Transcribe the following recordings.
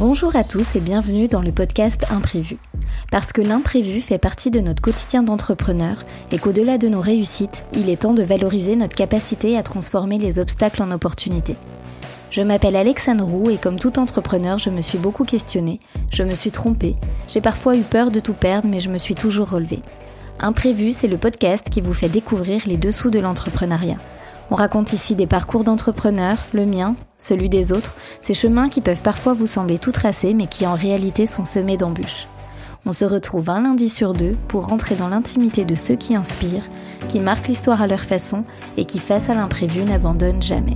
Bonjour à tous et bienvenue dans le podcast Imprévu. Parce que l'imprévu fait partie de notre quotidien d'entrepreneur et qu'au-delà de nos réussites, il est temps de valoriser notre capacité à transformer les obstacles en opportunités. Je m'appelle Alexandre Roux et comme tout entrepreneur, je me suis beaucoup questionnée, je me suis trompée, j'ai parfois eu peur de tout perdre mais je me suis toujours relevée. Imprévu, c'est le podcast qui vous fait découvrir les dessous de l'entrepreneuriat. On raconte ici des parcours d'entrepreneurs, le mien, celui des autres, ces chemins qui peuvent parfois vous sembler tout tracés mais qui en réalité sont semés d'embûches. On se retrouve un lundi sur deux pour rentrer dans l'intimité de ceux qui inspirent, qui marquent l'histoire à leur façon et qui, face à l'imprévu, n'abandonnent jamais.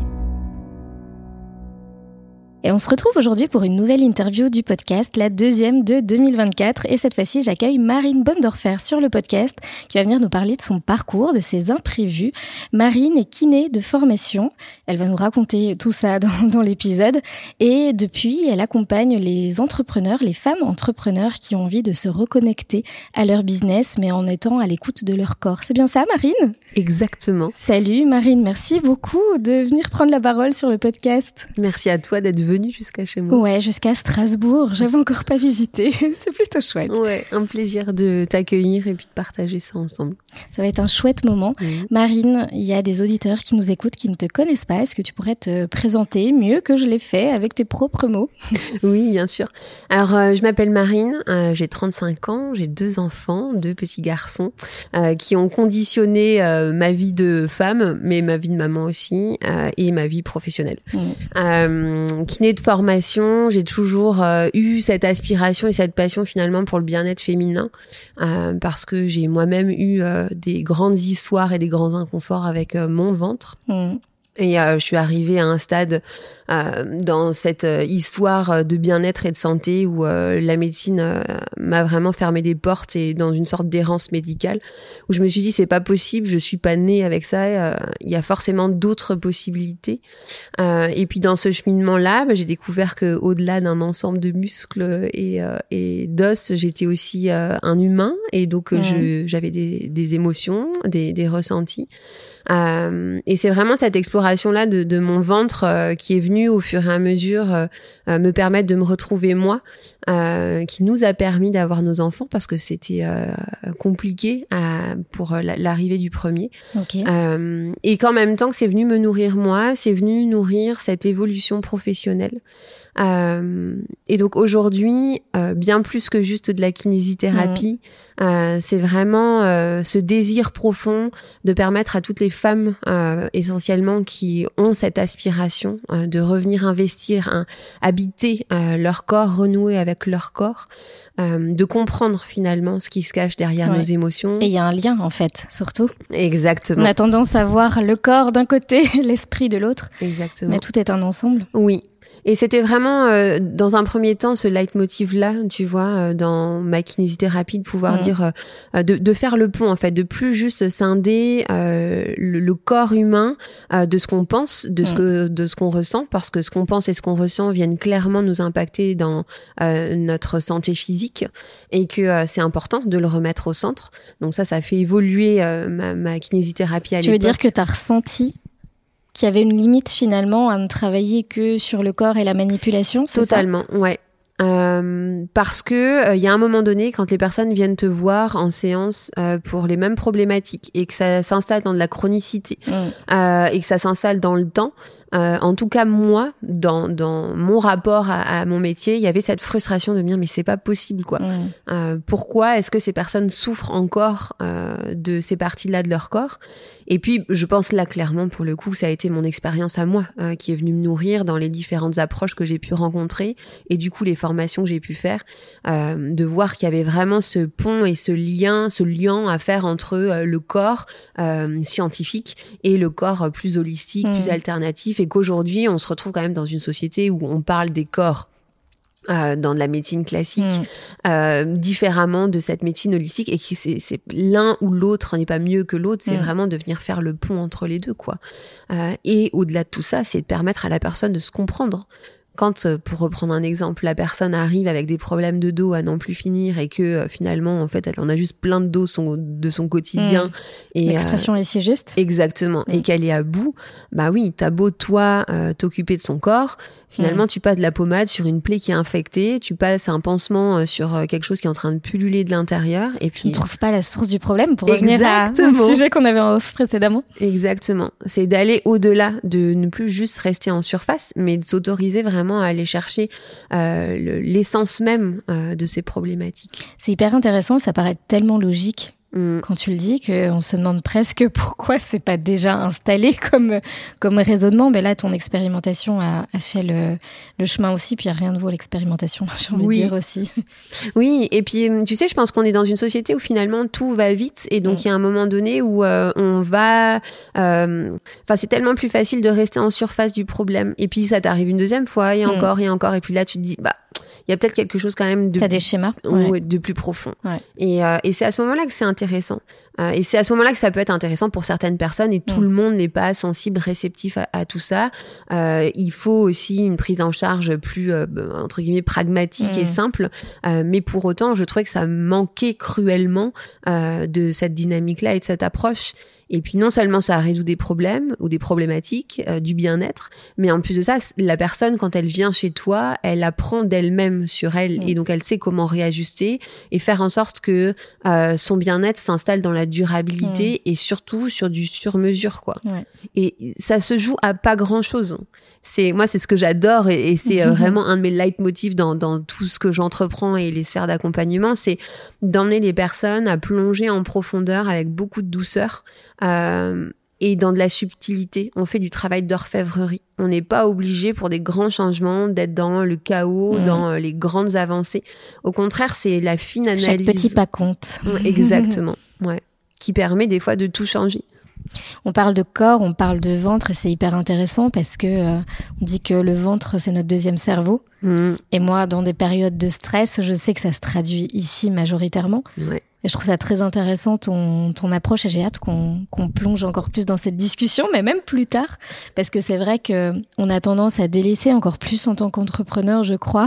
Et on se retrouve aujourd'hui pour une nouvelle interview du podcast, la deuxième de 2024. Et cette fois-ci, j'accueille Marine Bondorfer sur le podcast qui va venir nous parler de son parcours, de ses imprévus. Marine est kiné de formation. Elle va nous raconter tout ça dans l'épisode. Et depuis, elle accompagne les entrepreneurs, les femmes entrepreneurs qui ont envie de se reconnecter à leur business, mais en étant à l'écoute de leur corps. C'est bien ça, Marine ? Exactement. Salut Marine, merci beaucoup de venir prendre la parole sur le podcast. Merci à toi d'être venue jusqu'à chez moi. Ouais, jusqu'à Strasbourg. J'avais encore pas visité. C'est plutôt chouette. Ouais, un plaisir de t'accueillir et puis de partager ça ensemble. Ça va être un chouette moment. Marine, il y a des auditeurs qui nous écoutent qui ne te connaissent pas. Est-ce que tu pourrais te présenter mieux que je l'ai fait avec tes propres mots ? Oui, bien sûr. Alors, je m'appelle Marine, j'ai 35 ans, j'ai 2 enfants, 2 petits garçons qui ont conditionné ma vie de femme, mais ma vie de maman aussi, et ma vie professionnelle. Kiné de formation, j'ai toujours eu cette aspiration et cette passion finalement pour le bien-être féminin parce que j'ai moi-même eu des grandes histoires et des grands inconforts avec mon ventre. Et je suis arrivée à un stade dans cette histoire de bien-être et de santé où la médecine m'a vraiment fermé des portes et dans une sorte d'errance médicale où je me suis dit c'est pas possible, je suis pas née avec ça, il y a forcément d'autres possibilités. Et puis dans ce cheminement-là, j'ai découvert que au-delà d'un ensemble de muscles et d'os, j'étais aussi un humain et donc j'avais des émotions, des ressentis. Et c'est vraiment cette exploration-là de mon ventre qui est venue au fur et à mesure me permettre de me retrouver moi, qui nous a permis d'avoir nos enfants parce que c'était compliqué pour l'arrivée du premier. Okay. Et qu'en même temps que c'est venu me nourrir moi, c'est venu nourrir cette évolution professionnelle. Et donc aujourd'hui, bien plus que juste de la kinésithérapie, c'est vraiment ce désir profond de permettre à toutes les femmes essentiellement qui ont cette aspiration de revenir investir, habiter leur corps, renouer avec leur corps, de comprendre finalement ce qui se cache derrière nos émotions. Et il y a un lien en fait, surtout. Exactement. On a tendance à voir le corps d'un côté, l'esprit de l'autre. Exactement. Mais tout est un ensemble. Oui. Et c'était vraiment, dans un premier temps, ce leitmotiv-là, tu vois, dans ma kinésithérapie, de pouvoir dire, de faire le pont, en fait, de plus juste scinder le corps humain de ce qu'on pense, de ce qu'on ressent, parce que ce qu'on pense et ce qu'on ressent viennent clairement nous impacter dans notre santé physique, et que c'est important de le remettre au centre. Donc ça fait évoluer ma kinésithérapie à l'époque. Tu veux dire que tu as ressenti qu'il y avait une limite finalement à ne travailler que sur le corps et la manipulation, c'est Totalement, ça ? Ouais. Parce que y a un moment donné, quand les personnes viennent te voir en séance pour les mêmes problématiques et que ça s'installe dans de la chronicité et que ça s'installe dans le temps, en tout cas moi, dans mon rapport à mon métier, il y avait cette frustration de me dire mais c'est pas possible quoi. Pourquoi est-ce que ces personnes souffrent encore de ces parties-là de leur corps ? Et puis je pense là clairement pour le coup ça a été mon expérience à moi qui est venue me nourrir dans les différentes approches que j'ai pu rencontrer et du coup les formations que j'ai pu faire, de voir qu'il y avait vraiment ce pont et ce lien à faire entre le corps scientifique et le corps plus holistique, plus alternatif, et qu'aujourd'hui on se retrouve quand même dans une société où on parle des corps dans de la médecine classique différemment de cette médecine holistique et que c'est l'un ou l'autre n'est pas mieux que l'autre, c'est vraiment de venir faire le pont entre les deux quoi. Et au-delà de tout ça, c'est de permettre à la personne de se comprendre quand, pour reprendre un exemple, la personne arrive avec des problèmes de dos à n'en plus finir et que finalement, en fait, elle en a juste plein de dos de son quotidien. Et l'expression est si juste. Exactement. Et qu'elle est à bout, bah oui, t'as beau, toi, t'occuper de son corps, finalement, tu passes de la pommade sur une plaie qui est infectée, tu passes un pansement sur quelque chose qui est en train de pulluler de l'intérieur. Et puis, tu ne trouves pas la source du problème pour revenir à un sujet qu'on avait en off précédemment. Exactement. C'est d'aller au-delà, de ne plus juste rester en surface, mais de s'autoriser vraiment à aller chercher l'essence même de ces problématiques. C'est hyper intéressant, ça paraît tellement logique. Quand tu le dis, qu'on se demande presque pourquoi c'est pas déjà installé comme raisonnement. Mais là, ton expérimentation a fait le chemin aussi, puis rien ne vaut l'expérimentation, j'ai envie de dire aussi. Oui, et puis tu sais, je pense qu'on est dans une société où finalement tout va vite, et donc il y a un moment donné où on va... Enfin, c'est tellement plus facile de rester en surface du problème. Et puis ça t'arrive une deuxième fois, et encore, et puis là tu te dis... il y a peut-être quelque chose quand même T'as des schémas de plus profond. Et c'est à ce moment-là que c'est intéressant. Et c'est à ce moment-là que ça peut être intéressant pour certaines personnes, et tout le monde n'est pas sensible, réceptif à tout ça. Il faut aussi une prise en charge plus, entre guillemets, pragmatique et simple. Mais pour autant, je trouvais que ça manquait cruellement de cette dynamique-là et de cette approche. Et puis non seulement ça résout des problèmes ou des problématiques, du bien-être, mais en plus de ça, la personne, quand elle vient chez toi, elle apprend d'elle-même sur elle, et donc elle sait comment réajuster et faire en sorte que son bien-être s'installe dans la durabilité et surtout sur du sur-mesure, quoi. Et ça se joue à pas grand-chose. C'est ce que j'adore, et c'est vraiment un de mes leitmotifs dans tout ce que j'entreprends et les sphères d'accompagnement, c'est d'emmener les personnes à plonger en profondeur avec beaucoup de douceur, et dans de la subtilité. On fait du travail d'orfèvrerie. On n'est pas obligé pour des grands changements d'être dans le chaos, dans les grandes avancées. Au contraire, c'est la fine analyse. Chaque petit pas compte. Exactement, qui permet des fois de tout changer. On parle de corps, on parle de ventre, et c'est hyper intéressant parce que on dit que le ventre, c'est notre deuxième cerveau. Et moi, dans des périodes de stress, je sais que ça se traduit ici majoritairement. Et je trouve ça très intéressant, ton approche, et j'ai hâte qu'on plonge encore plus dans cette discussion, mais même plus tard, parce que c'est vrai qu'on a tendance à délaisser encore plus en tant qu'entrepreneur, je crois,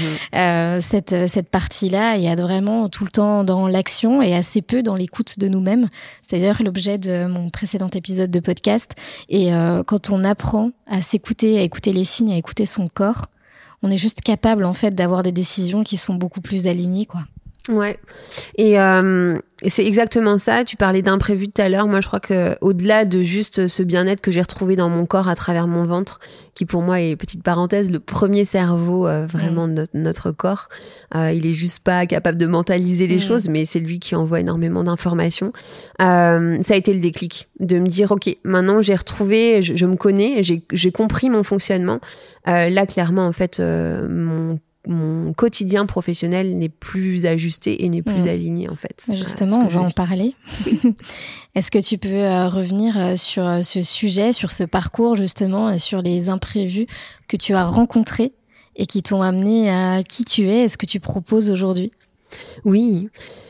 cette partie-là, et à être vraiment tout le temps dans l'action et assez peu dans l'écoute de nous-mêmes. C'est d'ailleurs l'objet de mon précédent épisode de podcast. Et quand on apprend à s'écouter, à écouter les signes, à écouter son corps, on est juste capable, en fait, d'avoir des décisions qui sont beaucoup plus alignées, quoi. Ouais. Et c'est exactement ça. Tu parlais d'imprévu tout à l'heure. Moi, je crois que au-delà de juste ce bien-être que j'ai retrouvé dans mon corps à travers mon ventre, qui pour moi est, petite parenthèse, le premier cerveau vraiment de notre corps. Il est juste pas capable de mentaliser les choses, mais c'est lui qui envoie énormément d'informations. Ça a été le déclic de me dire, ok, maintenant j'ai retrouvé, je me connais, j'ai compris mon fonctionnement. Là, clairement, en fait, mon quotidien professionnel n'est plus ajusté et n'est plus aligné, en fait. Justement, on va en parler. Est-ce que tu peux revenir sur ce sujet, sur ce parcours, justement, et sur les imprévus que tu as rencontrés et qui t'ont amené à qui tu es, et ce que tu proposes aujourd'hui? Oui.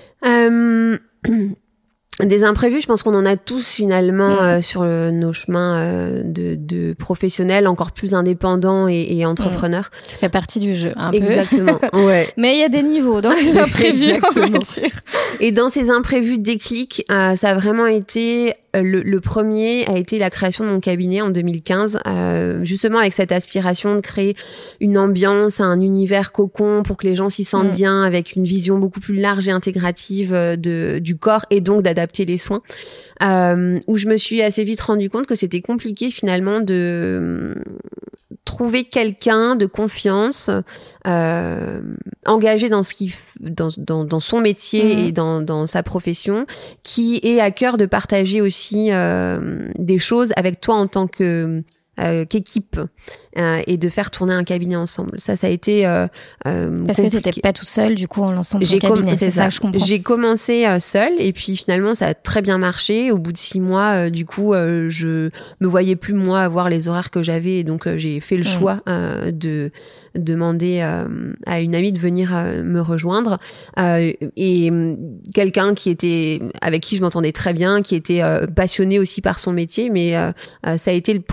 Des imprévus, je pense qu'on en a tous finalement sur nos chemins de professionnels encore plus indépendants et entrepreneurs. Ça fait partie du jeu, un Exactement, peu. Ouais. Mais il y a des niveaux dans les imprévus, on va dire. Et dans ces imprévus déclics, ça a vraiment été... Le premier a été la création de mon cabinet en 2015, justement avec cette aspiration de créer une ambiance, un univers cocon pour que les gens s'y sentent bien, avec une vision beaucoup plus large et intégrative du corps, et donc d'adapter les soins. Où je me suis assez vite rendu compte que c'était compliqué finalement de trouver quelqu'un de confiance, engagé dans dans son métier et dans sa profession, qui ait à cœur de partager aussi des choses avec toi en tant qu'équipe, et de faire tourner un cabinet ensemble. Ça a été parce que t'étais pas tout seul du coup en lançant ton cabinet. C'est ça, je comprends. J'ai commencé seule, et puis finalement ça a très bien marché. Au bout de 6 mois, du coup, je me voyais plus moi avoir les horaires que j'avais, et donc j'ai fait le choix de demander à une amie de venir me rejoindre, et quelqu'un avec qui je m'entendais très bien, qui était passionné aussi par son métier, mais ça a été le premier déclic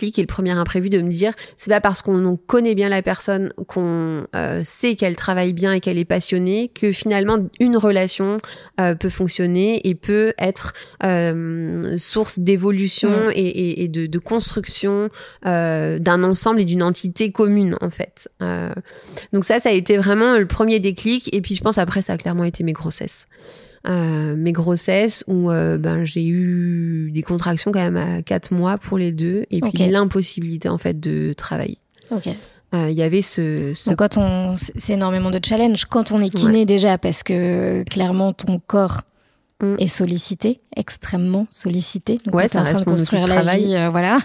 déclic et le premier imprévu de me dire, c'est pas parce qu'on connaît bien la personne, qu'on sait qu'elle travaille bien et qu'elle est passionnée, que finalement une relation peut fonctionner et peut être source d'évolution et de construction d'un ensemble et d'une entité commune en fait. Donc ça a été vraiment le premier déclic. Et puis je pense après ça a clairement été mes grossesses. Mes grossesses où j'ai eu des contractions quand même à 4 mois pour les deux et puis l'impossibilité en fait de travailler. Il y avait Donc c'est énormément de challenge quand on est kiné déjà parce que clairement ton corps est sollicité, extrêmement sollicité. Donc ça reste mon outil de travail. Voilà.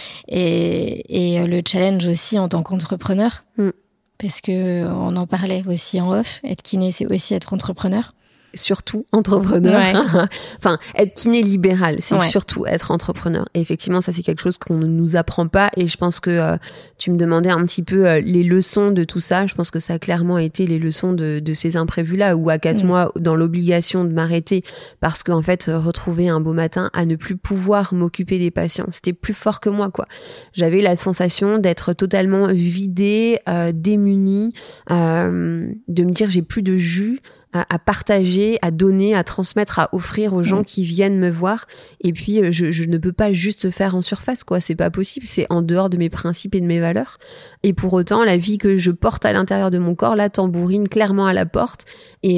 Et le challenge aussi en tant qu'entrepreneur parce que on en parlait aussi en off. Être kiné, c'est aussi être entrepreneur. Surtout entrepreneur. Enfin, être kiné libéral, c'est surtout être entrepreneur. Et effectivement, ça c'est quelque chose qu'on ne nous apprend pas. Et je pense que tu me demandais un petit peu les leçons de tout ça. Je pense que ça a clairement été les leçons de ces imprévus-là, où à 4 mois, dans l'obligation de m'arrêter, parce qu'en fait, retrouver un beau matin à ne plus pouvoir m'occuper des patients, c'était plus fort que moi, quoi. J'avais la sensation d'être totalement vidée, démunie, de me dire j'ai plus de jus à partager, à donner, à transmettre, à offrir aux gens qui viennent me voir. Et puis, je ne peux pas juste faire en surface, quoi. C'est pas possible. C'est en dehors de mes principes et de mes valeurs. Et pour autant, la vie que je porte à l'intérieur de mon corps, là, tambourine clairement à la porte. Et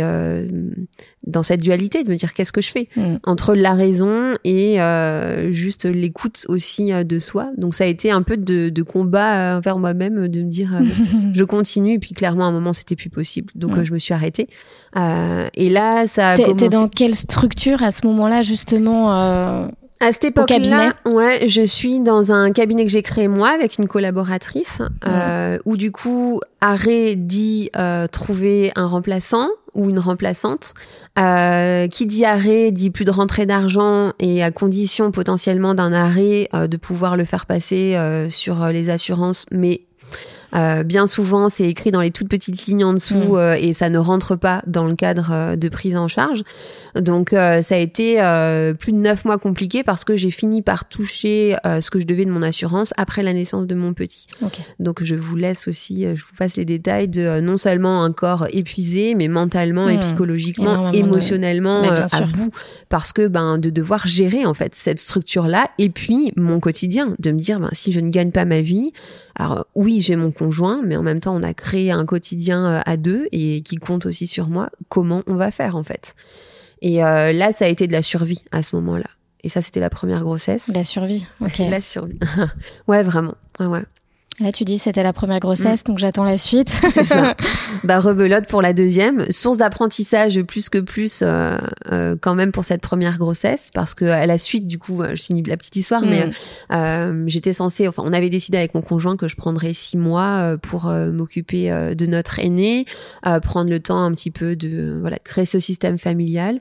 dans cette dualité de me dire qu'est-ce que je fais entre la raison et juste l'écoute aussi de soi. Donc ça a été un peu de combat envers moi-même, de me dire je continue. Et puis clairement à un moment c'était plus possible, donc je me suis arrêtée. Et là ça a commencé. T'es dans quelle structure à ce moment-là justement à cette époque-là, je suis dans un cabinet que j'ai créé moi avec une collaboratrice, où du coup, arrêt dit trouver un remplaçant ou une remplaçante. Qui dit arrêt dit plus de rentrée d'argent et à condition potentiellement d'un arrêt de pouvoir le faire passer sur les assurances, mais bien souvent, c'est écrit dans les toutes petites lignes en dessous et ça ne rentre pas dans le cadre de prise en charge. Donc, ça a été plus de 9 mois compliqué parce que j'ai fini par toucher ce que je devais de mon assurance après la naissance de mon petit. Donc, je vous laisse aussi, je vous passe les détails de non seulement un corps épuisé, mais mentalement et psychologiquement, émotionnellement à bout. Parce que de devoir gérer en fait cette structure-là et puis mon quotidien, de me dire si je ne gagne pas ma vie, alors oui, j'ai mon conjoint, mais en même temps, on a créé un quotidien à deux et qui compte aussi sur moi. Comment on va faire, en fait? Et là, ça a été de la survie à ce moment-là. Et ça, c'était la première grossesse. La survie, La survie. Ouais, vraiment. Ouais. Là, tu dis c'était la première grossesse, donc j'attends la suite. C'est ça. Rebelote pour la deuxième. Source d'apprentissage plus quand même pour cette première grossesse, parce que à la suite, du coup, je finis la petite histoire, mais j'étais censée, on avait décidé avec mon conjoint que je prendrais 6 mois pour m'occuper de notre aîné, prendre le temps un petit peu de créer ce système familial.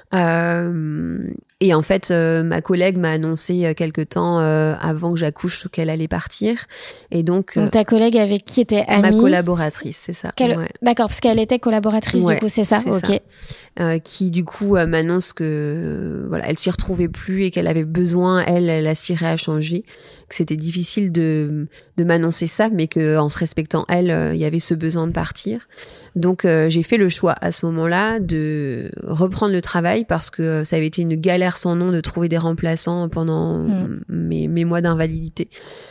Et en fait, ma collègue m'a annoncé quelque temps avant que j'accouche qu'elle allait partir. Et donc ta collègue avec qui était amie? Ma collaboratrice, c'est ça. D'accord, parce qu'elle était collaboratrice, du coup, c'est ça. C'est ça. Qui du coup m'annonce que elle s'y retrouvait plus et qu'elle avait besoin, elle aspirait à changer, que c'était difficile de m'annoncer ça, mais que en se respectant elle, il y avait ce besoin de partir. Donc j'ai fait le choix à ce moment-là de reprendre le travail parce que ça avait été une galère sans nom de trouver des remplaçants pendant mes mois d'invalidité.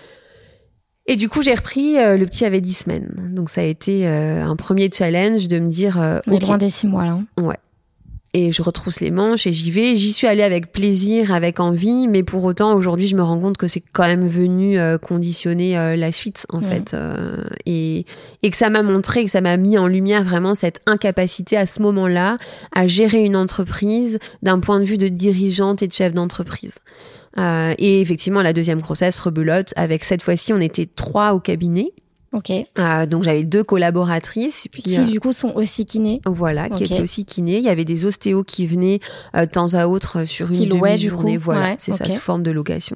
Et du coup, j'ai repris, le petit avait 10 semaines. Donc ça a été un premier challenge de me dire on est loin des 6 mois là. Ouais. Et je retrousse les manches et j'y vais. J'y suis allée avec plaisir, avec envie, mais pour autant, aujourd'hui, je me rends compte que c'est quand même venu conditionner la suite, en fait. Et que ça m'a montré, que ça m'a mis en lumière vraiment cette incapacité à ce moment-là à gérer une entreprise d'un point de vue de dirigeante et de chef d'entreprise. Et effectivement, la deuxième grossesse, rebelote, avec cette fois-ci, on était 3 au cabinet. Donc j'avais 2 collaboratrices. Et puis, qui du coup sont aussi kinés. Voilà, qui étaient aussi kinés. Il y avait des ostéos qui venaient de temps à autre sur une demi-journée. Voilà, c'est ça, sous forme de location.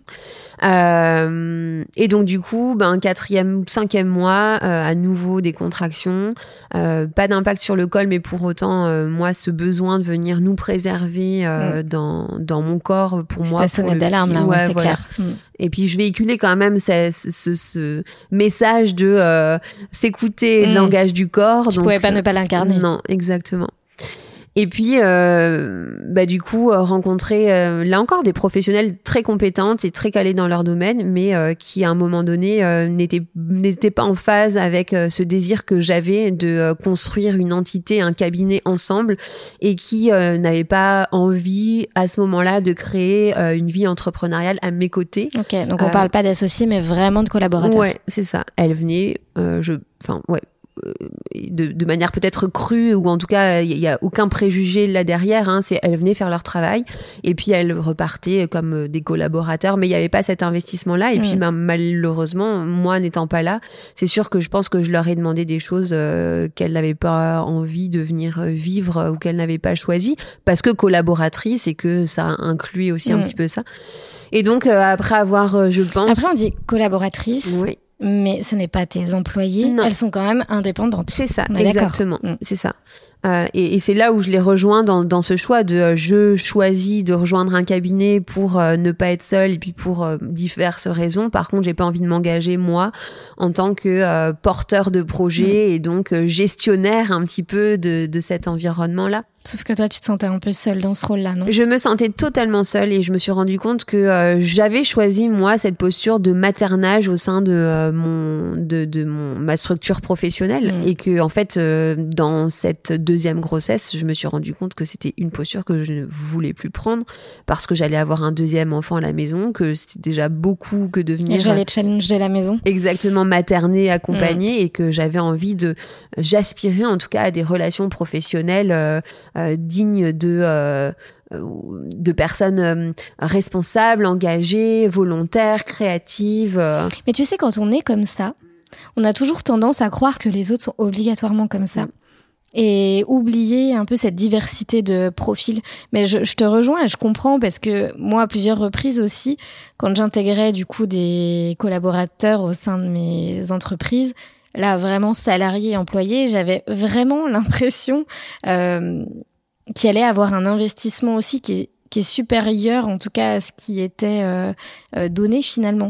Et donc du coup, 4e, 5e mois, à nouveau des contractions. Pas d'impact sur le col, mais pour autant, moi, ce besoin de venir nous préserver dans mon corps, pour moi. Ta sonnette d'alarme, là, c'est clair. Et puis je véhiculais quand même ce message de s'écouter, le langage du corps. Tu pouvais pas ne pas l'incarner. Non, exactement. Et puis, du coup, rencontrer là encore des professionnels très compétentes et très calés dans leur domaine, mais qui à un moment donné n'étaient pas en phase avec ce désir que j'avais de construire une entité, un cabinet ensemble, et qui n'avaient pas envie à ce moment-là de créer une vie entrepreneuriale à mes côtés. Ok, donc on parle pas d'associés, mais vraiment de collaborateurs. Ouais, c'est ça. Elles venaient, de manière peut-être crue, ou en tout cas il y a aucun préjugé là derrière, hein, elles venaient faire leur travail et puis elles repartaient comme des collaborateurs, mais il n'y avait pas cet investissement là. Et puis malheureusement, moi n'étant pas là, c'est sûr que je pense que je leur ai demandé des choses qu'elles n'avaient pas envie de venir vivre ou qu'elles n'avaient pas choisi, parce que collaboratrice, et que ça inclut aussi un petit peu ça. Et donc après avoir, je pense, après on dit collaboratrice. Oui. Mais ce n'est pas tes employés, elles sont quand même indépendantes. C'est ça, exactement. C'est ça. Et c'est là où je les rejoins dans ce choix de je choisis de rejoindre un cabinet pour ne pas être seule, et puis pour diverses raisons. Par contre, j'ai pas envie de m'engager moi en tant que porteur de projet et donc gestionnaire un petit peu de cet environnement-là. Sauf que toi, tu te sentais un peu seule dans ce rôle-là, non ? Je me sentais totalement seule, et je me suis rendu compte que j'avais choisi, moi, cette posture de maternage au sein de ma structure professionnelle. Et que, en fait, dans cette deuxième grossesse, je me suis rendu compte que c'était une posture que je ne voulais plus prendre, parce que j'allais avoir un deuxième enfant à la maison, que c'était déjà beaucoup que de venir... Et j'allais challenger la maison. Exactement, materner, accompagner, et que j'avais envie j'aspirais en tout cas à des relations professionnelles dignes de personnes responsables, engagées, volontaires, créatives. Mais tu sais, quand on est comme ça, on a toujours tendance à croire que les autres sont obligatoirement comme ça. Et oublier un peu cette diversité de profils. Mais je te rejoins et je comprends, parce que moi, à plusieurs reprises aussi, quand j'intégrais du coup des collaborateurs au sein de mes entreprises, là, vraiment salariés et employés, j'avais vraiment l'impression qu'il allait avoir un investissement aussi qui est supérieur, en tout cas, à ce qui était donné finalement.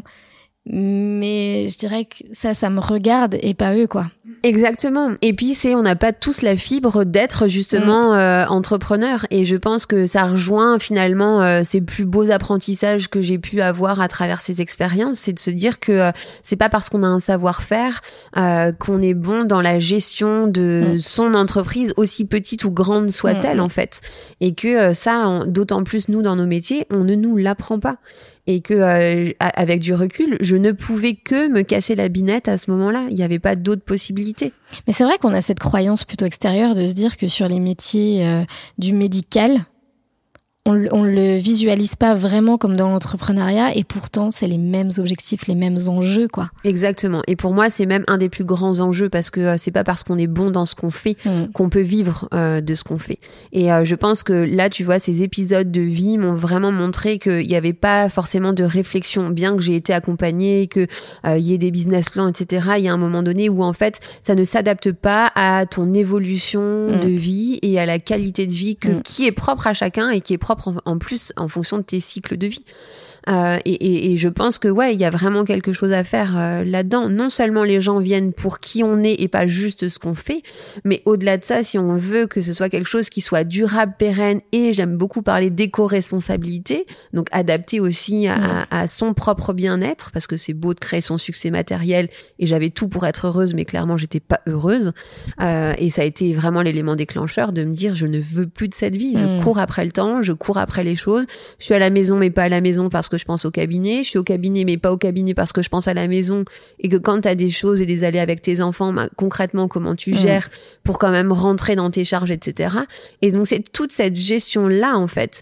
Mais je dirais que ça me regarde et pas eux, quoi. Exactement. Et puis on n'a pas tous la fibre d'être justement entrepreneur, et je pense que ça rejoint finalement ces plus beaux apprentissages que j'ai pu avoir à travers ces expériences, c'est de se dire que c'est pas parce qu'on a un savoir-faire qu'on est bon dans la gestion de son entreprise, aussi petite ou grande soit-elle en fait, et que ça, d'autant plus nous dans nos métiers, on ne nous l'apprend pas. Et que avec du recul, je ne pouvais que me casser la binette à ce moment-là. Il n'y avait pas d'autres possibilités. Mais c'est vrai qu'on a cette croyance plutôt extérieure de se dire que sur les métiers du médical, on le visualise pas vraiment comme dans l'entrepreneuriat, et pourtant c'est les mêmes objectifs, les mêmes enjeux, quoi. Exactement. Et pour moi, c'est même un des plus grands enjeux, parce que c'est pas parce qu'on est bon dans ce qu'on fait qu'on peut vivre de ce qu'on fait. Et je pense que là, tu vois, ces épisodes de vie m'ont vraiment montré qu'il y avait pas forcément de réflexion, bien que j'ai été accompagnée, que y ait des business plans, etc. Il y a un moment donné où en fait, ça ne s'adapte pas à ton évolution de vie et à la qualité de vie qui est propre à chacun, et qui est propre en plus en fonction de tes cycles de vie. Et je pense que il y a vraiment quelque chose à faire là-dedans. Non seulement les gens viennent pour qui on est et pas juste ce qu'on fait, mais au-delà de ça, si on veut que ce soit quelque chose qui soit durable, pérenne, et j'aime beaucoup parler d'éco-responsabilité, donc adapté aussi à son propre bien-être, parce que c'est beau de créer son succès matériel, et j'avais tout pour être heureuse, mais clairement j'étais pas heureuse, et ça a été vraiment l'élément déclencheur de me dire je ne veux plus de cette vie, je cours après le temps, je cours après les choses, je suis à la maison mais pas à la maison parce que je pense au cabinet, je suis au cabinet mais pas au cabinet parce que je pense à la maison, et que quand t'as des choses et des allées avec tes enfants, concrètement comment tu gères pour quand même rentrer dans tes charges, etc. Et donc c'est toute cette gestion-là en fait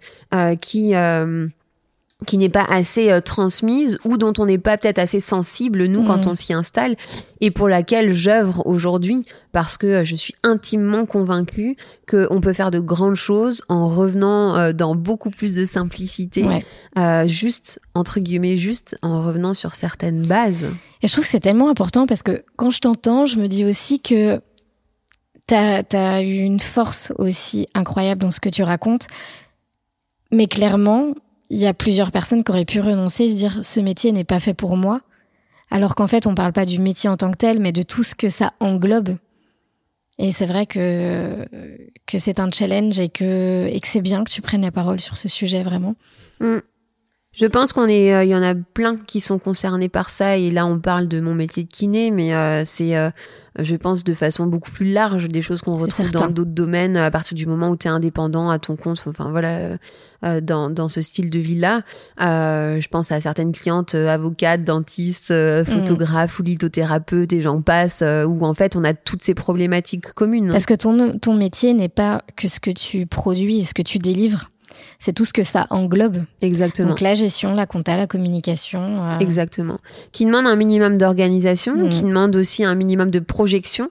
qui n'est pas assez transmise, ou dont on n'est pas peut-être assez sensible, nous, quand on s'y installe, et pour laquelle j'œuvre aujourd'hui, parce que je suis intimement convaincue qu'on peut faire de grandes choses en revenant dans beaucoup plus de simplicité, juste, entre guillemets, juste en revenant sur certaines bases. Et je trouve que c'est tellement important, parce que quand je t'entends, je me dis aussi que t'as eu une force aussi incroyable dans ce que tu racontes, mais clairement, il y a plusieurs personnes qui auraient pu renoncer, se dire ce métier n'est pas fait pour moi, alors qu'en fait on parle pas du métier en tant que tel, mais de tout ce que ça englobe. Et c'est vrai que c'est un challenge et que c'est bien que tu prennes la parole sur ce sujet vraiment. Je pense il y en a plein qui sont concernés par ça, et là on parle de mon métier de kiné, mais c'est je pense de façon beaucoup plus large des choses qu'on retrouve dans d'autres domaines à partir du moment où tu es indépendant à ton compte, enfin voilà, dans ce style de vie-là. Je pense à certaines clientes avocates, dentistes, photographes ou lithothérapeutes et j'en passe, où en fait on a toutes ces problématiques communes. Parce que ton métier n'est pas que ce que tu produis et ce que tu délivres. C'est tout ce que ça englobe. Exactement. Donc la gestion, la compta, la communication. Exactement. Qui demande un minimum d'organisation, qui demande aussi un minimum de projection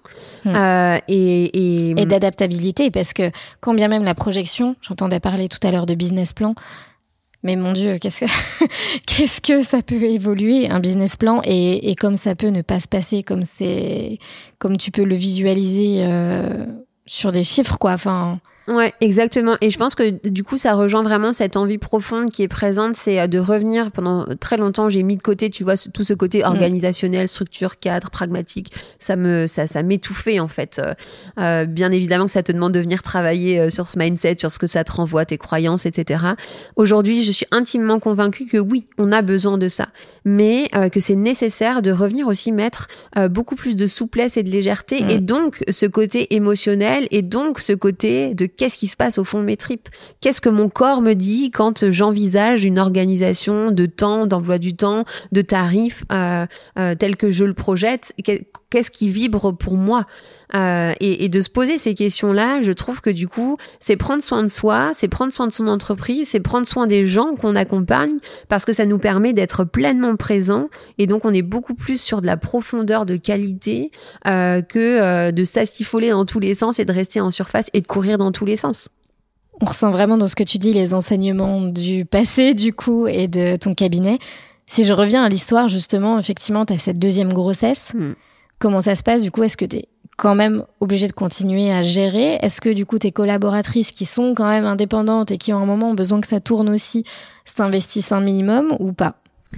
et d'adaptabilité. Parce que quand bien même la projection, j'entendais parler tout à l'heure de business plan, mais mon Dieu, qu'est-ce que ça peut évoluer, un business plan, et comme ça peut ne pas se passer comme tu peux le visualiser sur des chiffres, quoi. Enfin... Ouais, exactement. Et je pense que du coup, ça rejoint vraiment cette envie profonde qui est présente, c'est de revenir. Pendant très longtemps, j'ai mis de côté, tu vois, tout ce côté organisationnel, structure, cadre, pragmatique. Ça m'étouffait en fait. Bien évidemment que ça te demande de venir travailler sur ce mindset, sur ce que ça te renvoie, tes croyances, etc. Aujourd'hui, je suis intimement convaincue que oui, on a besoin de ça, mais que c'est nécessaire de revenir aussi mettre beaucoup plus de souplesse et de légèreté, et donc ce côté émotionnel, et donc ce côté de qu'est-ce qui se passe au fond de mes tripes? Qu'est-ce que mon corps me dit quand j'envisage une organisation de temps, d'emploi du temps, de tarifs tel que je le projette? Qu'est-ce qui vibre pour moi? Et de se poser ces questions-là, je trouve que du coup, c'est prendre soin de soi, c'est prendre soin de son entreprise, c'est prendre soin des gens qu'on accompagne, parce que ça nous permet d'être pleinement présents, et donc on est beaucoup plus sur de la profondeur de qualité que de s'astifoler dans tous les sens et de rester en surface et de courir dans tous les sens. On ressent vraiment dans ce que tu dis les enseignements du passé, du coup, et de ton cabinet. Si je reviens à l'histoire, justement, effectivement, tu as cette deuxième grossesse. Comment ça se passe, du coup? Est-ce que tu es quand même obligée de continuer à gérer? Est-ce que, du coup, tes collaboratrices qui sont quand même indépendantes et qui, à un moment, ont besoin que ça tourne aussi, s'investissent un minimum ou pas?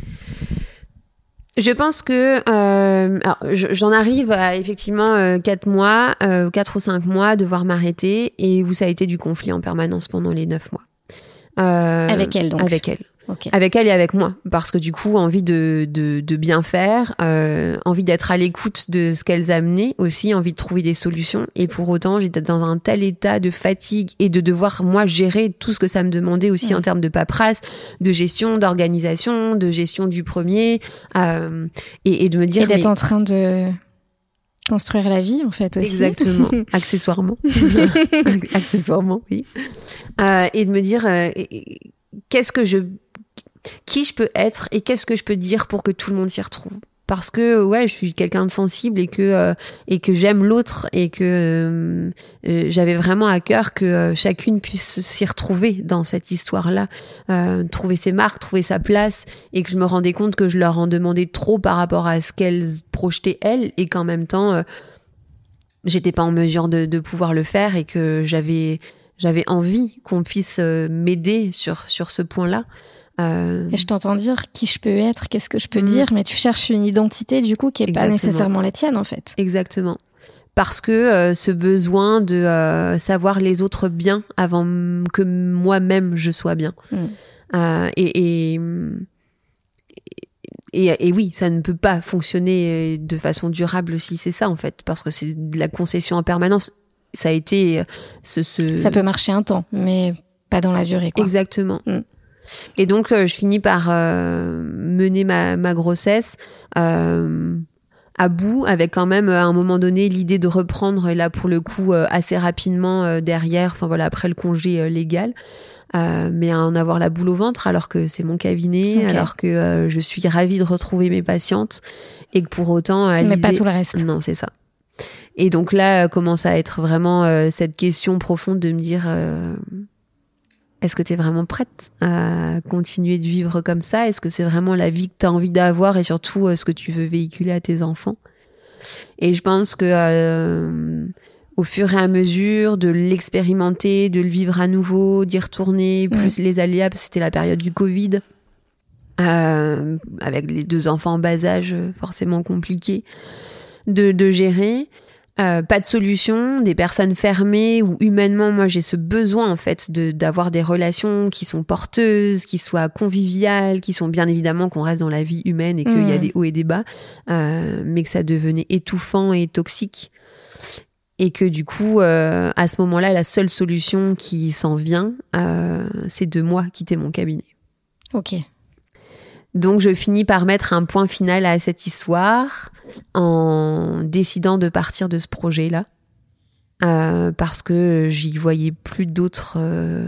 Je pense que j'en arrive à effectivement 4 mois, 4 ou 5 mois, devoir m'arrêter, et où ça a été du conflit en permanence pendant les 9 mois. Avec elle, donc? Avec elle. Okay. Avec elle et avec moi, parce que du coup, envie de bien faire, envie d'être à l'écoute de ce qu'elles amenaient aussi, envie de trouver des solutions, et pour autant, j'étais dans un tel état de fatigue et de devoir, moi, gérer tout ce que ça me demandait aussi en termes de paperasse, de gestion, d'organisation, de gestion du premier, et de me dire... Et d'être en train de construire la vie, en fait, aussi. Exactement, accessoirement. Accessoirement, oui. Et de me dire... qui je peux être et qu'est-ce que je peux dire pour que tout le monde s'y retrouve, parce que ouais, je suis quelqu'un de sensible et que j'aime l'autre, et que j'avais vraiment à cœur que chacune puisse s'y retrouver dans cette histoire-là, trouver ses marques, trouver sa place, et que je me rendais compte que je leur en demandais trop par rapport à ce qu'elles projetaient elles, et qu'en même temps j'étais pas en mesure de pouvoir le faire, et que j'avais envie qu'on puisse m'aider sur ce point-là. Et je t'entends dire qui je peux être, qu'est-ce que je peux dire, mais tu cherches une identité du coup qui est pas nécessairement la tienne en fait. Exactement. Parce que ce besoin de savoir les autres bien avant que moi-même je sois bien. Et oui, ça ne peut pas fonctionner de façon durable si c'est ça en fait, parce que c'est de la concession en permanence. Ça a été Ça peut marcher un temps, mais pas dans la durée, quoi. Exactement. Et donc, je finis par mener ma grossesse à bout, avec quand même, à un moment donné, l'idée de reprendre, et là, pour le coup, assez rapidement derrière, enfin voilà, après le congé légal. Mais à en avoir la boule au ventre, alors que c'est mon cabinet, alors que je suis ravie de retrouver mes patientes, et que pour autant... Mais pas tout le reste. Non, c'est ça. Et donc là, commence à être vraiment cette question profonde de me dire est-ce que tu es vraiment prête à continuer de vivre comme ça? Est-ce que c'est vraiment la vie que tu as envie d'avoir, et surtout ce que tu veux véhiculer à tes enfants? Et je pense que au fur et à mesure de l'expérimenter, de le vivre à nouveau, d'y retourner, plus les aléas, parce que c'était la période du Covid, avec les 2 enfants en bas âge, forcément compliqué de gérer. Pas de solution, des personnes fermées ou humainement, moi j'ai ce besoin en fait d'avoir des relations qui sont porteuses, qui soient conviviales, qui sont bien évidemment qu'on reste dans la vie humaine et qu'il y a des hauts et des bas, mais que ça devenait étouffant et toxique. Et que du coup, à ce moment-là, la seule solution qui s'en vient, c'est de moi quitter mon cabinet. Ok. Donc je finis par mettre un point final à cette histoire en décidant de partir de ce projet-là, parce que j'y voyais plus d'autres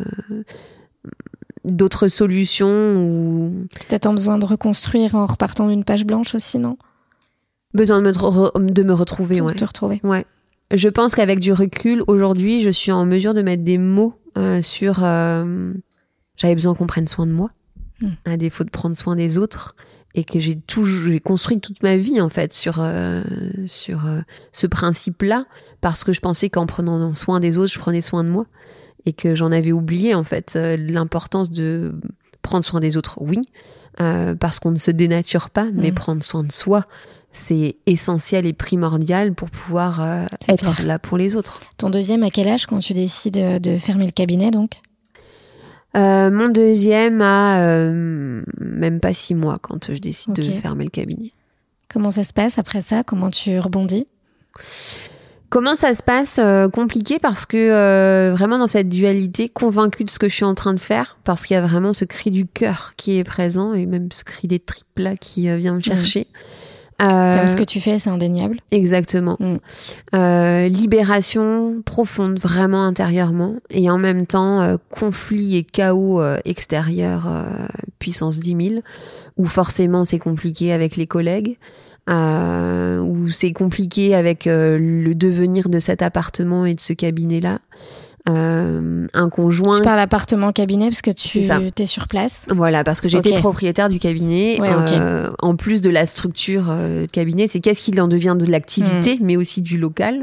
solutions. Ou Peut-être en besoin de reconstruire en repartant d'une page blanche aussi, non ? Besoin de me retrouver, ouais. De te retrouver. Ouais. Je pense qu'avec du recul, aujourd'hui, je suis en mesure de mettre des mots sur... j'avais besoin qu'on prenne soin de moi, à défaut de prendre soin des autres, et que j'ai construit toute ma vie, en fait, sur ce principe-là, parce que je pensais qu'en prenant soin des autres, je prenais soin de moi, et que j'en avais oublié, en fait, l'importance de prendre soin des autres, oui, parce qu'on ne se dénature pas, mais prendre soin de soi, c'est essentiel et primordial pour pouvoir être clair. Là pour les autres. Ton deuxième, à quel âge quand tu décides de fermer le cabinet donc ? Mon deuxième a même pas 6 mois quand je décide de fermer le cabinet. Comment ça se passe après ça ? Comment tu rebondis ? Comment ça se passe ? Compliqué parce que vraiment dans cette dualité, convaincue de ce que je suis en train de faire, parce qu'il y a vraiment ce cri du cœur qui est présent et même ce cri des tripes là qui vient me chercher. Comme ce que tu fais, c'est indéniable. Exactement. Libération profonde, vraiment intérieurement, et en même temps conflit et chaos extérieur puissance 10 000, où forcément c'est compliqué avec les collègues, où c'est compliqué avec le devenir de cet appartement et de ce cabinet-là. Un conjoint... Tu parles appartement-cabinet parce que tu es sur place. Voilà, parce que j'étais propriétaire du cabinet. En plus de la structure de cabinet, c'est qu'est-ce qu'il en devient de l'activité, mais aussi du local.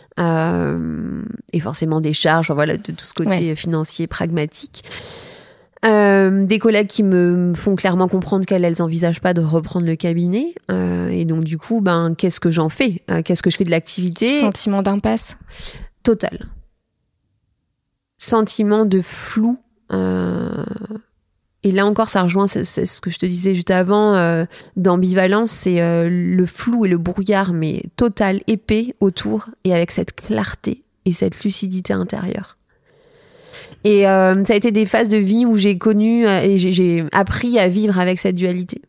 Et forcément des charges, voilà, de tout ce côté financier, pragmatique. Des collègues qui me font clairement comprendre qu'elles n'envisagent pas de reprendre le cabinet. Et donc du coup, qu'est-ce que j'en fais ? Qu'est-ce que je fais de l'activité ? Sentiment d'impasse ? Total. Sentiment de flou. Et là encore, ça rejoint c'est ce que je te disais juste avant, d'ambivalence, c'est le flou et le brouillard, mais total, épais autour, et avec cette clarté et cette lucidité intérieure. Et ça a été des phases de vie où j'ai connu et j'ai appris à vivre avec cette dualité.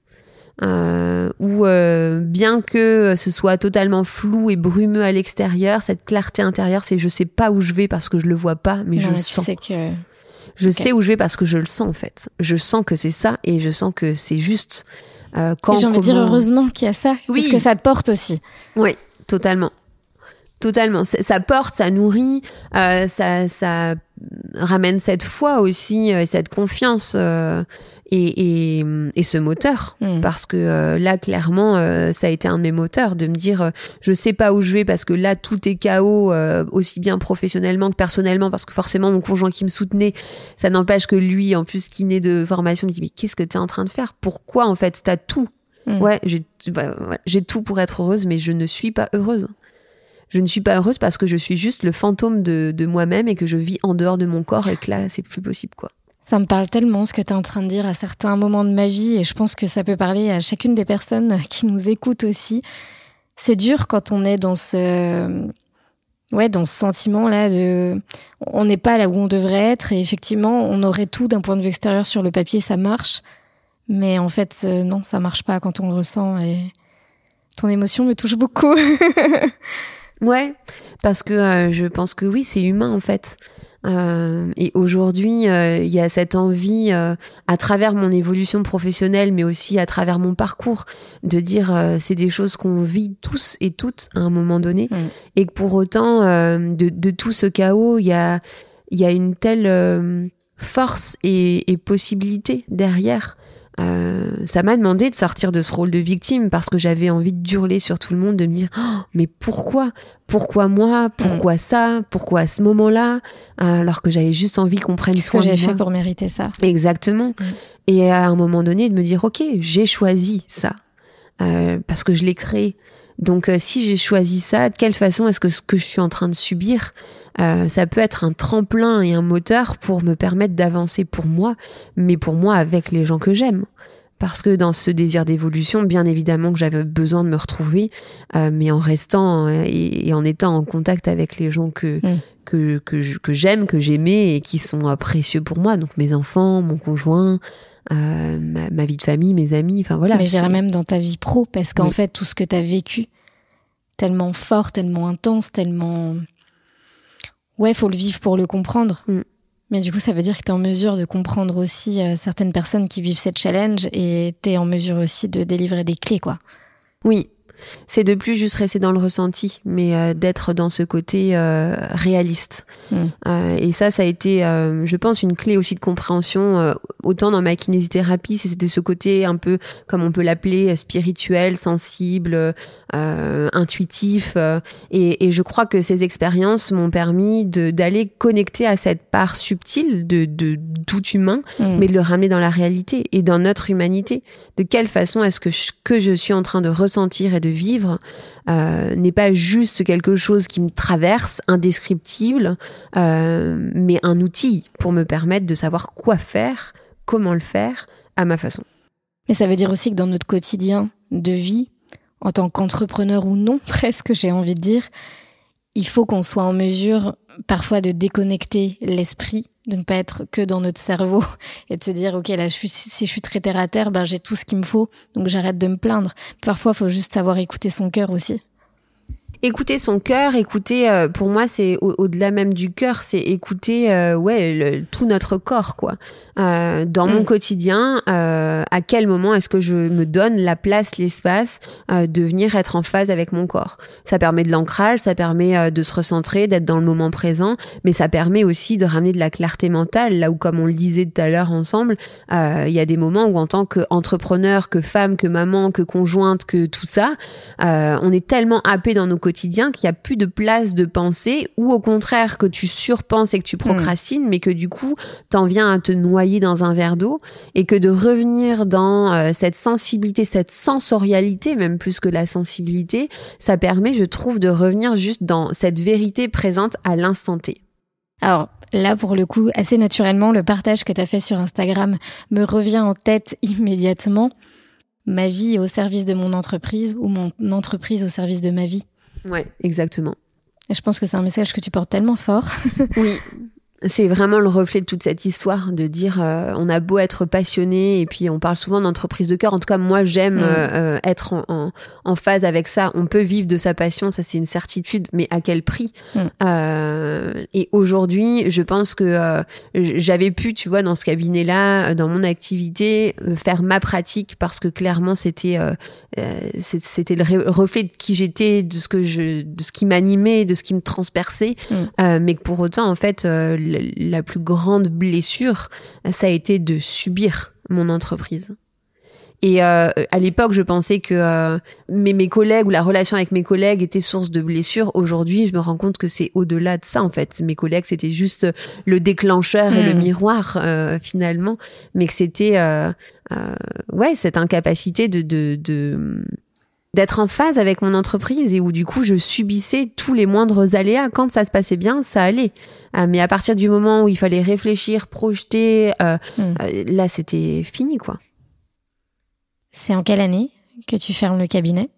Où bien que ce soit totalement flou et brumeux à l'extérieur, cette clarté intérieure, c'est je sais pas où je vais parce que je le vois pas, mais je le sens. Je sais où je vais parce que je le sens en fait. Je sens que c'est ça et je sens que c'est juste. J'ai envie de dire heureusement qu'il y a ça, parce que ça te porte aussi. Oui, totalement. Totalement. Ça porte, ça nourrit, ça ramène cette foi aussi, cette confiance et ce moteur. Parce que là, clairement, ça a été un de mes moteurs, de me dire je sais pas où je vais parce que là, tout est chaos, aussi bien professionnellement que personnellement, parce que forcément, mon conjoint qui me soutenait, ça n'empêche que lui, en plus, qui naît de formation, me dit mais qu'est-ce que t'es en train de faire ? Pourquoi, en fait, t'as tout ? Ouais, j'ai tout pour être heureuse, mais je ne suis pas heureuse. Je ne suis pas heureuse parce que je suis juste le fantôme de moi-même et que je vis en dehors de mon corps et que là, c'est plus possible, quoi. Ça me parle tellement ce que tu es en train de dire à certains moments de ma vie et je pense que ça peut parler à chacune des personnes qui nous écoutent aussi. C'est dur quand on est dans ce sentiment-là de... On n'est pas là où on devrait être et effectivement, on aurait tout d'un point de vue extérieur sur le papier, ça marche. Mais en fait, non, ça marche pas quand on le ressent et ton émotion me touche beaucoup. Ouais, parce que je pense que oui, c'est humain en fait. Et aujourd'hui, il y a cette envie, à travers mon évolution professionnelle, mais aussi à travers mon parcours, de dire c'est des choses qu'on vit tous et toutes à un moment donné, et que pour autant, de tout ce chaos, il y a une telle force et possibilité derrière. ça m'a demandé de sortir de ce rôle de victime parce que j'avais envie d'hurler sur tout le monde, de me dire mais pourquoi moi, pourquoi ça, pourquoi à ce moment-là, alors que j'avais juste envie qu'on prenne soin de moi. Qu'est-ce que j'ai fait pour mériter ça? Exactement. Et à un moment donné de me dire ok, j'ai choisi ça parce que je l'ai créé. Donc si j'ai choisi ça, de quelle façon est-ce que ce que je suis en train de subir, ça peut être un tremplin et un moteur pour me permettre d'avancer pour moi, mais pour moi avec les gens que j'aime. Parce que dans ce désir d'évolution, bien évidemment que j'avais besoin de me retrouver, mais en restant et en étant en contact avec les gens que j'aime, que j'aimais et qui sont précieux pour moi. Donc mes enfants, mon conjoint, ma vie de famille, mes amis, enfin voilà. Mais je dirais même dans ta vie pro, parce qu'en fait, tout ce que tu as vécu, tellement fort, tellement intense, tellement... Ouais, faut le vivre pour le comprendre. Mais du coup, ça veut dire que tu es en mesure de comprendre aussi certaines personnes qui vivent cette challenge et tu es en mesure aussi de délivrer des clés, quoi. Oui, c'est de plus juste rester dans le ressenti, mais d'être dans ce côté réaliste. Et ça a été, je pense, une clé aussi de compréhension, autant dans ma kinésithérapie, c'était ce côté un peu, comme on peut l'appeler, spirituel, sensible, intuitif. Et je crois que ces expériences m'ont permis d'aller connecter à cette part subtile de tout humain, mais de le ramener dans la réalité et dans notre humanité. De quelle façon est-ce que je suis en train de ressentir et de vivre n'est pas juste quelque chose qui me traverse, indescriptible, mais un outil pour me permettre de savoir quoi faire, comment le faire, à ma façon. Mais ça veut dire aussi que dans notre quotidien de vie, en tant qu'entrepreneur ou non, presque, j'ai envie de dire, il faut qu'on soit en mesure parfois de déconnecter l'esprit, de ne pas être que dans notre cerveau et de se dire ok, là si je suis très terre à terre, ben j'ai tout ce qu'il me faut, donc j'arrête de me plaindre. Parfois il faut juste savoir écouter son cœur aussi. Écouter son cœur, pour moi c'est au-delà même du cœur, c'est écouter tout notre corps, quoi. Dans mon quotidien, à quel moment est-ce que je me donne la place, l'espace de venir être en phase avec mon corps. Ça permet de l'ancrage, ça permet de se recentrer, d'être dans le moment présent, mais ça permet aussi de ramener de la clarté mentale, là où, comme on le disait tout à l'heure ensemble, il y a des moments où en tant qu'entrepreneur, que femme, que maman, que conjointe, que tout ça, on est tellement happé dans nos quotidien qu'il n'y a plus de place de penser, ou au contraire que tu surpenses et que tu procrastines, mais que du coup t'en viens à te noyer dans un verre d'eau, et que de revenir dans cette sensibilité, cette sensorialité, même plus que la sensibilité, ça permet, je trouve, de revenir juste dans cette vérité présente à l'instant T. Alors là, pour le coup, assez naturellement, le partage que tu as fait sur Instagram me revient en tête immédiatement. Ma vie au service de mon entreprise, ou mon entreprise au service de ma vie. Ouais, exactement. Et je pense que c'est un message que tu portes tellement fort. Oui, c'est vraiment le reflet de toute cette histoire, de dire on a beau être passionné, et puis on parle souvent d'entreprise de cœur. En tout cas, moi, j'aime être en phase avec ça. On peut vivre de sa passion, ça c'est une certitude, mais à quel prix? Et aujourd'hui, je pense que j'avais pu, tu vois, dans ce cabinet-là, dans mon activité, faire ma pratique, parce que clairement, c'était le reflet de qui j'étais, de ce qui m'animait, de ce qui me transperçait, mais que pour autant, en fait, la plus grande blessure, ça a été de subir mon entreprise. Et à l'époque, je pensais que mes collègues, ou la relation avec mes collègues, était source de blessures. Aujourd'hui, je me rends compte que c'est au-delà de ça, en fait. Mes collègues, c'était juste le déclencheur et le miroir, finalement. Mais que c'était cette incapacité d'être en phase avec mon entreprise, et où du coup je subissais tous les moindres aléas. Quand ça se passait bien, ça allait, mais à partir du moment où il fallait réfléchir, projeter, là c'était fini, quoi. C'est en quelle année que tu fermes le cabinet?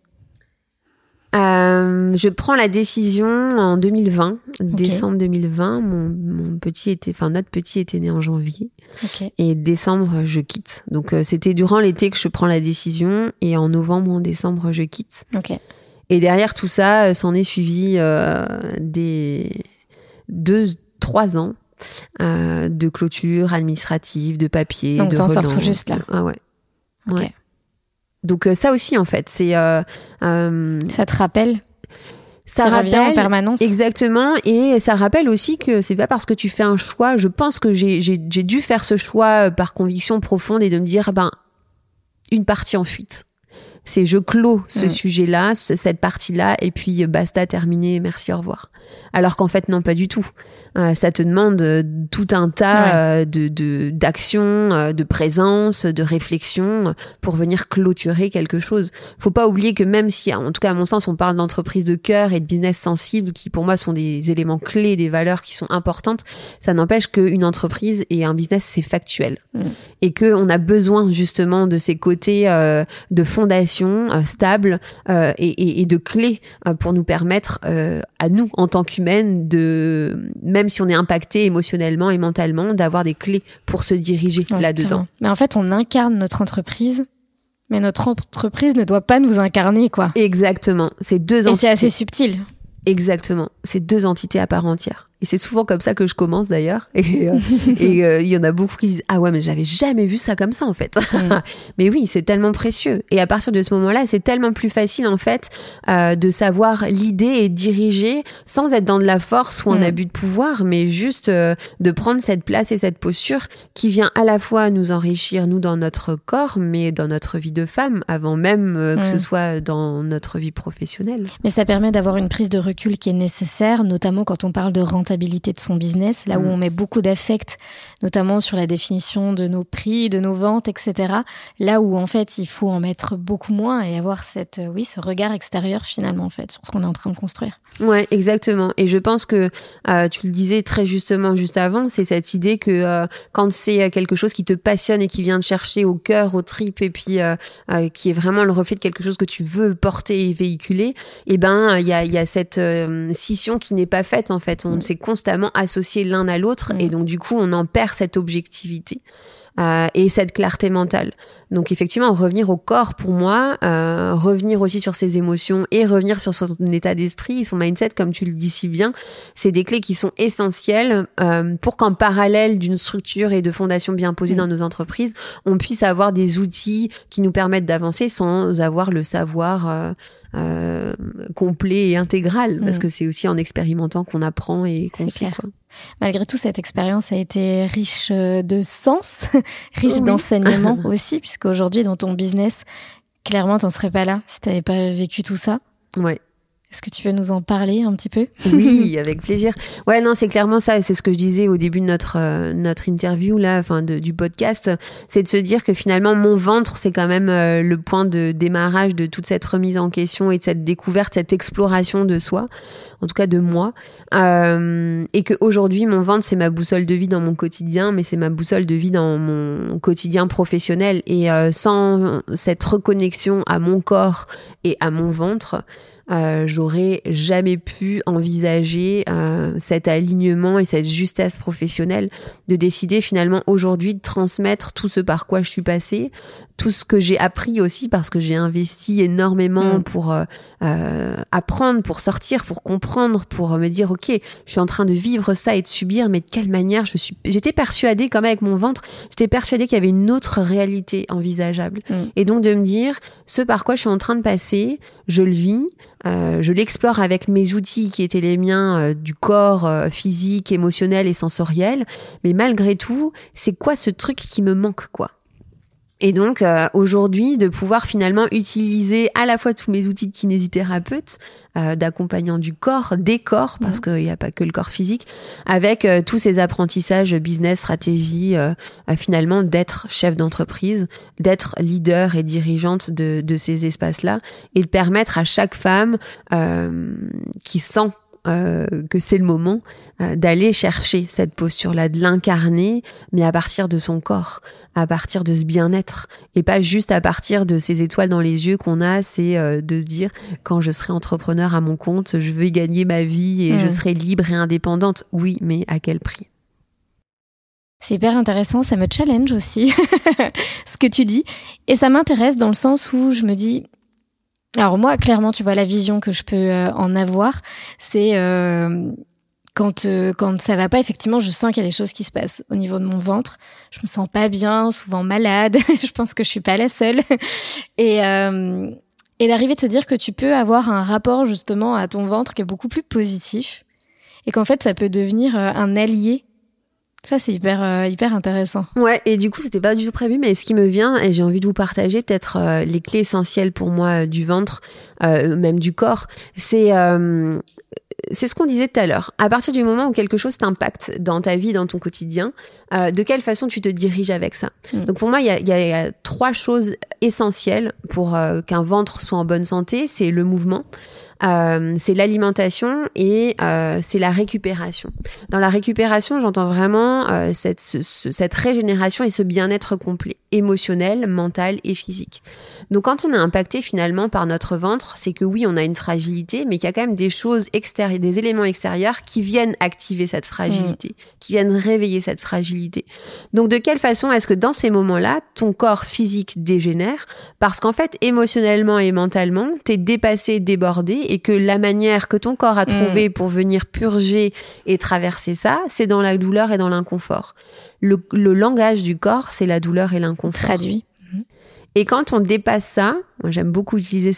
Je prends la décision en 2020, décembre 2020. Notre petit était né en janvier. Et décembre, je quitte. Donc, c'était durant l'été que je prends la décision, et en novembre, en décembre, je quitte. Et derrière tout ça, s'en est suivi des 2-3 ans de clôture administrative, de papier, donc, de relance. Donc, t'en sors tout juste là. Ah ouais. Ouais. Donc ça aussi, en fait, c'est... ça te rappelle? Ça revient en permanence. Exactement, et ça rappelle aussi que c'est pas parce que tu fais un choix. Je pense que j'ai dû faire ce choix par conviction profonde, et de me dire une partie en fuite. C'est je clôt ce sujet-là, cette partie-là, et puis basta, terminé, merci, au revoir. Alors qu'en fait, non, pas du tout. Ça te demande tout un tas d'actions, de présence, de réflexion pour venir clôturer quelque chose. Faut pas oublier que même si, en tout cas à mon sens, on parle d'entreprise de cœur et de business sensible, qui pour moi sont des éléments clés, des valeurs qui sont importantes, ça n'empêche qu'une entreprise et un business, c'est factuel. Et qu'on a besoin justement de ces côtés de fondation stable et de clés pour nous permettre à nous en tant qu'humaines de, même si on est impacté émotionnellement et mentalement, d'avoir des clés pour se diriger là-dedans. Clairement. Mais en fait, on incarne notre entreprise, mais notre entreprise ne doit pas nous incarner, quoi. Exactement. C'est deux entités. Et c'est assez subtil. Exactement. C'est deux entités à part entière. Et c'est souvent comme ça que je commence d'ailleurs. Et il y en a beaucoup qui disent « Ah ouais, mais j'avais jamais vu ça comme ça en fait. » Mais oui, c'est tellement précieux. Et à partir de ce moment-là, c'est tellement plus facile en fait de savoir l'idée et diriger sans être dans de la force ou un abus de pouvoir, mais juste de prendre cette place et cette posture qui vient à la fois nous enrichir, nous, dans notre corps, mais dans notre vie de femme, avant même que ce soit dans notre vie professionnelle. Mais ça permet d'avoir une prise de recul qui est nécessaire, notamment quand on parle de rentabilité de son business, là où on met beaucoup d'affect, notamment sur la définition de nos prix, de nos ventes, etc. Là où en fait il faut en mettre beaucoup moins et avoir ce regard extérieur finalement en fait sur ce qu'on est en train de construire. Ouais, exactement. Et je pense que tu le disais très justement juste avant, c'est cette idée que quand c'est quelque chose qui te passionne et qui vient te chercher au cœur, aux tripes, et puis qui est vraiment le reflet de quelque chose que tu veux porter et véhiculer, et ben il y a cette scission qui n'est pas faite en fait. On s'est constamment associés l'un à l'autre et donc du coup on en perd cette objectivité. Et cette clarté mentale. Donc effectivement, revenir au corps pour moi, revenir aussi sur ses émotions et revenir sur son état d'esprit, son mindset, comme tu le dis si bien, c'est des clés qui sont essentielles pour qu'en parallèle d'une structure et de fondation bien posée dans nos entreprises, on puisse avoir des outils qui nous permettent d'avancer sans avoir le savoir complet et intégral, parce que c'est aussi en expérimentant qu'on apprend et qu'on sait, quoi. Malgré tout, cette expérience a été riche de sens, riche d'enseignements aussi, puisqu'aujourd'hui, dans ton business, clairement, t'en serais pas là si t'avais pas vécu tout ça. Ouais. Est-ce que tu peux nous en parler un petit peu ? Oui, avec plaisir. Ouais, non, c'est clairement ça. C'est ce que je disais au début de notre interview là, enfin du podcast, c'est de se dire que finalement mon ventre, c'est quand même le point de démarrage de toute cette remise en question et de cette découverte, cette exploration de soi, en tout cas de moi, et que aujourd'hui mon ventre c'est ma boussole de vie dans mon quotidien, mais c'est ma boussole de vie dans mon quotidien professionnel. Et sans cette reconnexion à mon corps et à mon ventre, j'aurais jamais pu envisager cet alignement et cette justesse professionnelle, de décider finalement aujourd'hui de transmettre tout ce par quoi je suis passée, tout ce que j'ai appris aussi, parce que j'ai investi énormément pour apprendre, pour sortir, pour comprendre, pour me dire ok, je suis en train de vivre ça et de subir, mais de quelle manière j'étais persuadée, comme avec mon ventre, j'étais persuadée qu'il y avait une autre réalité envisageable. Et donc de me dire ce par quoi je suis en train de passer, je le vis, je l'explore avec mes outils qui étaient les miens du corps physique, émotionnel et sensoriel, mais malgré tout, c'est quoi ce truc qui me manque, quoi? Et donc aujourd'hui, de pouvoir finalement utiliser à la fois tous mes outils de kinésithérapeute, d'accompagnant du corps, des corps, parce qu'il n'y a pas que le corps physique, avec tous ces apprentissages business, stratégie, finalement d'être chef d'entreprise, d'être leader et dirigeante de ces espaces-là, et de permettre à chaque femme qui sent que c'est le moment d'aller chercher cette posture-là, de l'incarner, mais à partir de son corps, à partir de ce bien-être, et pas juste à partir de ces étoiles dans les yeux qu'on a, c'est de se dire quand je serai entrepreneur à mon compte, je veux gagner ma vie et je serai libre et indépendante. Oui, mais à quel prix ? C'est hyper intéressant, ça me challenge aussi, ce que tu dis, et ça m'intéresse dans le sens où je me dis... Alors moi, clairement, tu vois, la vision que je peux en avoir, c'est quand ça va pas, effectivement, je sens qu'il y a des choses qui se passent au niveau de mon ventre. Je me sens pas bien, souvent malade. Je pense que je suis pas la seule. Et d'arriver à te dire que tu peux avoir un rapport justement à ton ventre qui est beaucoup plus positif et qu'en fait, ça peut devenir un allié Ça, c'est hyper intéressant. Ouais, et du coup, c'était pas du tout prévu, mais ce qui me vient, et j'ai envie de vous partager peut-être les clés essentielles pour moi du ventre, même du corps, c'est ce qu'on disait tout à l'heure. À partir du moment où quelque chose t'impacte dans ta vie, dans ton quotidien, de quelle façon tu te diriges avec ça? Donc pour moi, il y a 3 choses essentielles pour qu'un ventre soit en bonne santé. C'est le mouvement, c'est l'alimentation et c'est la récupération. Dans la récupération, j'entends vraiment cette régénération et ce bien-être complet, émotionnel, mental et physique. Donc quand on est impacté finalement par notre ventre, c'est que oui, on a une fragilité, mais qu'il y a quand même des choses extérieures, des éléments extérieurs qui viennent activer cette fragilité, qui viennent réveiller cette fragilité. Donc de quelle façon est-ce que dans ces moments-là, ton corps physique dégénère? Parce qu'en fait, émotionnellement et mentalement, t'es dépassé, débordé, et que la manière que ton corps a trouvé pour venir purger et traverser ça, c'est dans la douleur et dans l'inconfort. Le langage du corps, c'est la douleur et l'inconfort. Traduit. Et quand on dépasse ça, moi j'aime beaucoup utiliser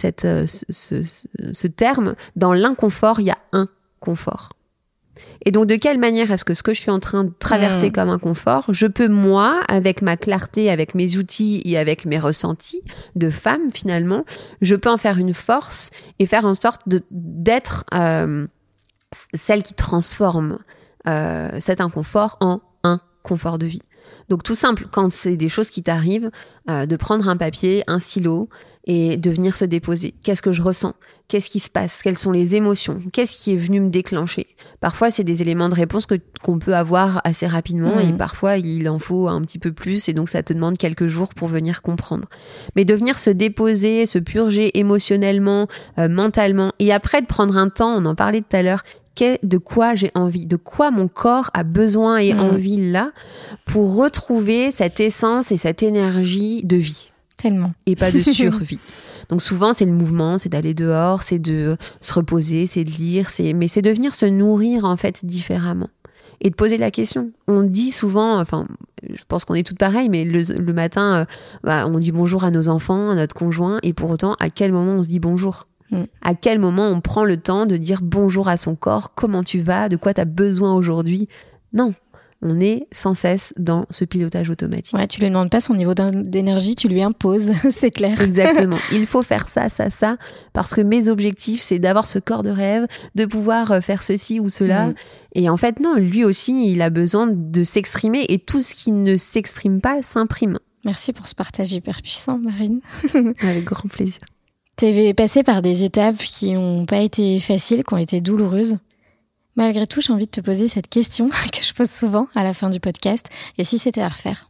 ce terme, dans l'inconfort, il y a un confort. Et donc de quelle manière est-ce que ce que je suis en train de traverser comme un confort, je peux moi, avec ma clarté, avec mes outils et avec mes ressentis de femme finalement, je peux en faire une force et faire en sorte d'être celle qui transforme cet inconfort en un confort de vie. Donc tout simple, quand c'est des choses qui t'arrivent, de prendre un papier, un stylo et de venir se déposer. Qu'est-ce que je ressens? Qu'est-ce qui se passe? Quelles sont les émotions? Qu'est-ce qui est venu me déclencher? Parfois, c'est des éléments de réponse qu'on peut avoir assez rapidement et parfois, il en faut un petit peu plus et donc ça te demande quelques jours pour venir comprendre. Mais de venir se déposer, se purger émotionnellement, mentalement et après de prendre un temps, on en parlait tout à l'heure, de quoi j'ai envie, de quoi mon corps a besoin et envie là pour retrouver cette essence et cette énergie de vie. Tellement. Et pas de survie. Donc souvent, c'est le mouvement, c'est d'aller dehors, c'est de se reposer, c'est de lire, mais c'est de venir se nourrir en fait différemment. Et de poser la question. On dit souvent, enfin, je pense qu'on est toutes pareilles, mais le matin, on dit bonjour à nos enfants, à notre conjoint, et pour autant, à quel moment on se dit bonjour ? À quel moment on prend le temps de dire bonjour à son corps, comment tu vas, de quoi tu as besoin aujourd'hui? Non, on est sans cesse dans ce pilotage automatique. Ouais, tu lui demandes pas son niveau d'énergie, tu lui imposes, c'est clair. Exactement. Il faut faire ça, parce que mes objectifs, c'est d'avoir ce corps de rêve, de pouvoir faire ceci ou cela. Et en fait, non, lui aussi, il a besoin de s'exprimer et tout ce qui ne s'exprime pas s'imprime. Merci pour ce partage hyper puissant, Marine. Avec grand plaisir. T'es passée par des étapes qui n'ont pas été faciles, qui ont été douloureuses. Malgré tout, j'ai envie de te poser cette question que je pose souvent à la fin du podcast. Et si c'était à refaire?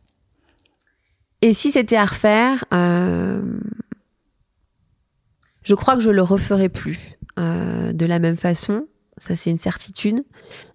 Et si c'était à refaire, je crois que je le referais plus de la même façon. Ça, c'est une certitude.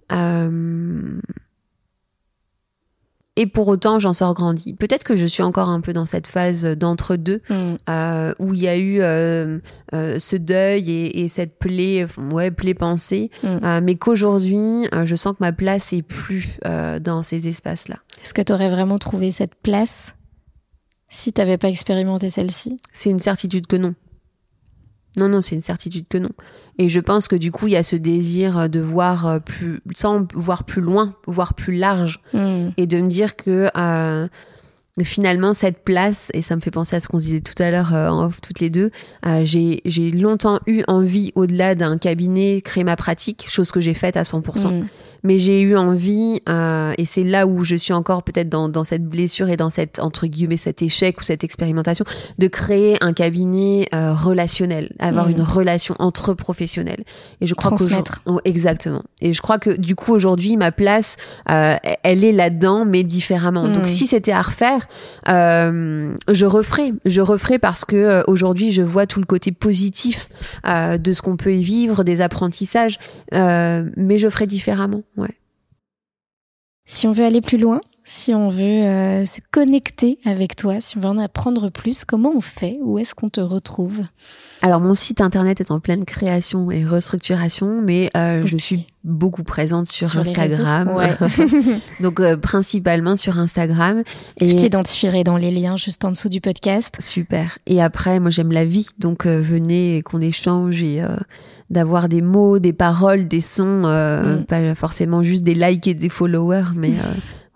Et pour autant, j'en sors grandi. Peut-être que je suis encore un peu dans cette phase d'entre-deux, où il y a eu ce deuil et cette plaie pensée, mais qu'aujourd'hui, je sens que ma place est plus dans ces espaces-là. Est-ce que tu aurais vraiment trouvé cette place si tu n'avais pas expérimenté celle-ci? C'est une certitude que non. Non, c'est une certitude que non. Et je pense que du coup, il y a ce désir de voir voir plus loin, voir plus large. Et de me dire que finalement, cette place, et ça me fait penser à ce qu'on se disait tout à l'heure en off toutes les deux, j'ai longtemps eu envie, au-delà d'un cabinet, créer ma pratique, chose que j'ai faite à 100%. Mais j'ai eu envie, et c'est là où je suis encore peut-être dans cette blessure et dans cette, entre guillemets, cet échec ou cette expérimentation, de créer un cabinet relationnel, avoir une relation entre professionnels. Et je crois exactement. Et je crois que du coup aujourd'hui ma place, elle est là-dedans, mais différemment. Donc si c'était à refaire, je referais parce que aujourd'hui je vois tout le côté positif de ce qu'on peut y vivre, des apprentissages, mais je ferais différemment. Ouais. Si on veut aller plus loin, si on veut se connecter avec toi, si on veut en apprendre plus, comment on fait? Où est-ce qu'on te retrouve? Alors, mon site internet est en pleine création et restructuration, mais je suis beaucoup présente sur Instagram. Ouais. Donc, principalement sur Instagram. Et je t'identifierai dans les liens juste en dessous du podcast. Super. Et après, moi, j'aime la vie. Donc, venez qu'on échange et d'avoir des mots, des paroles, des sons, pas forcément juste des likes et des followers, mais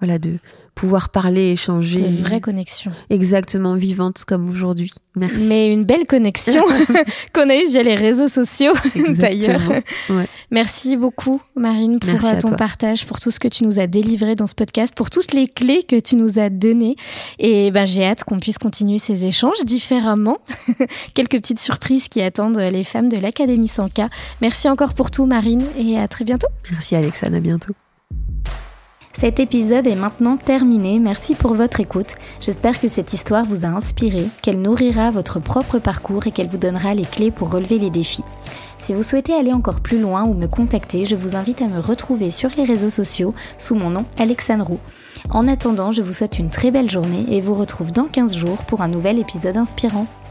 de pouvoir parler, échanger. Des vraies connexions. Exactement, vivantes comme aujourd'hui. Merci. Mais une belle connexion qu'on a eue via les réseaux sociaux, d'ailleurs. Ouais. Merci beaucoup, Marine, pour ton partage, pour tout ce que tu nous as délivré dans ce podcast, pour toutes les clés que tu nous as données. Et j'ai hâte qu'on puisse continuer ces échanges différemment. Quelques petites surprises qui attendent les femmes de l'Académie 100K. Merci encore pour tout, Marine, et à très bientôt. Merci, Alexane, à bientôt. Cet épisode est maintenant terminé, merci pour votre écoute. J'espère que cette histoire vous a inspiré, qu'elle nourrira votre propre parcours et qu'elle vous donnera les clés pour relever les défis. Si vous souhaitez aller encore plus loin ou me contacter, je vous invite à me retrouver sur les réseaux sociaux sous mon nom Alexane Roux. En attendant, je vous souhaite une très belle journée et vous retrouve dans 15 jours pour un nouvel épisode inspirant.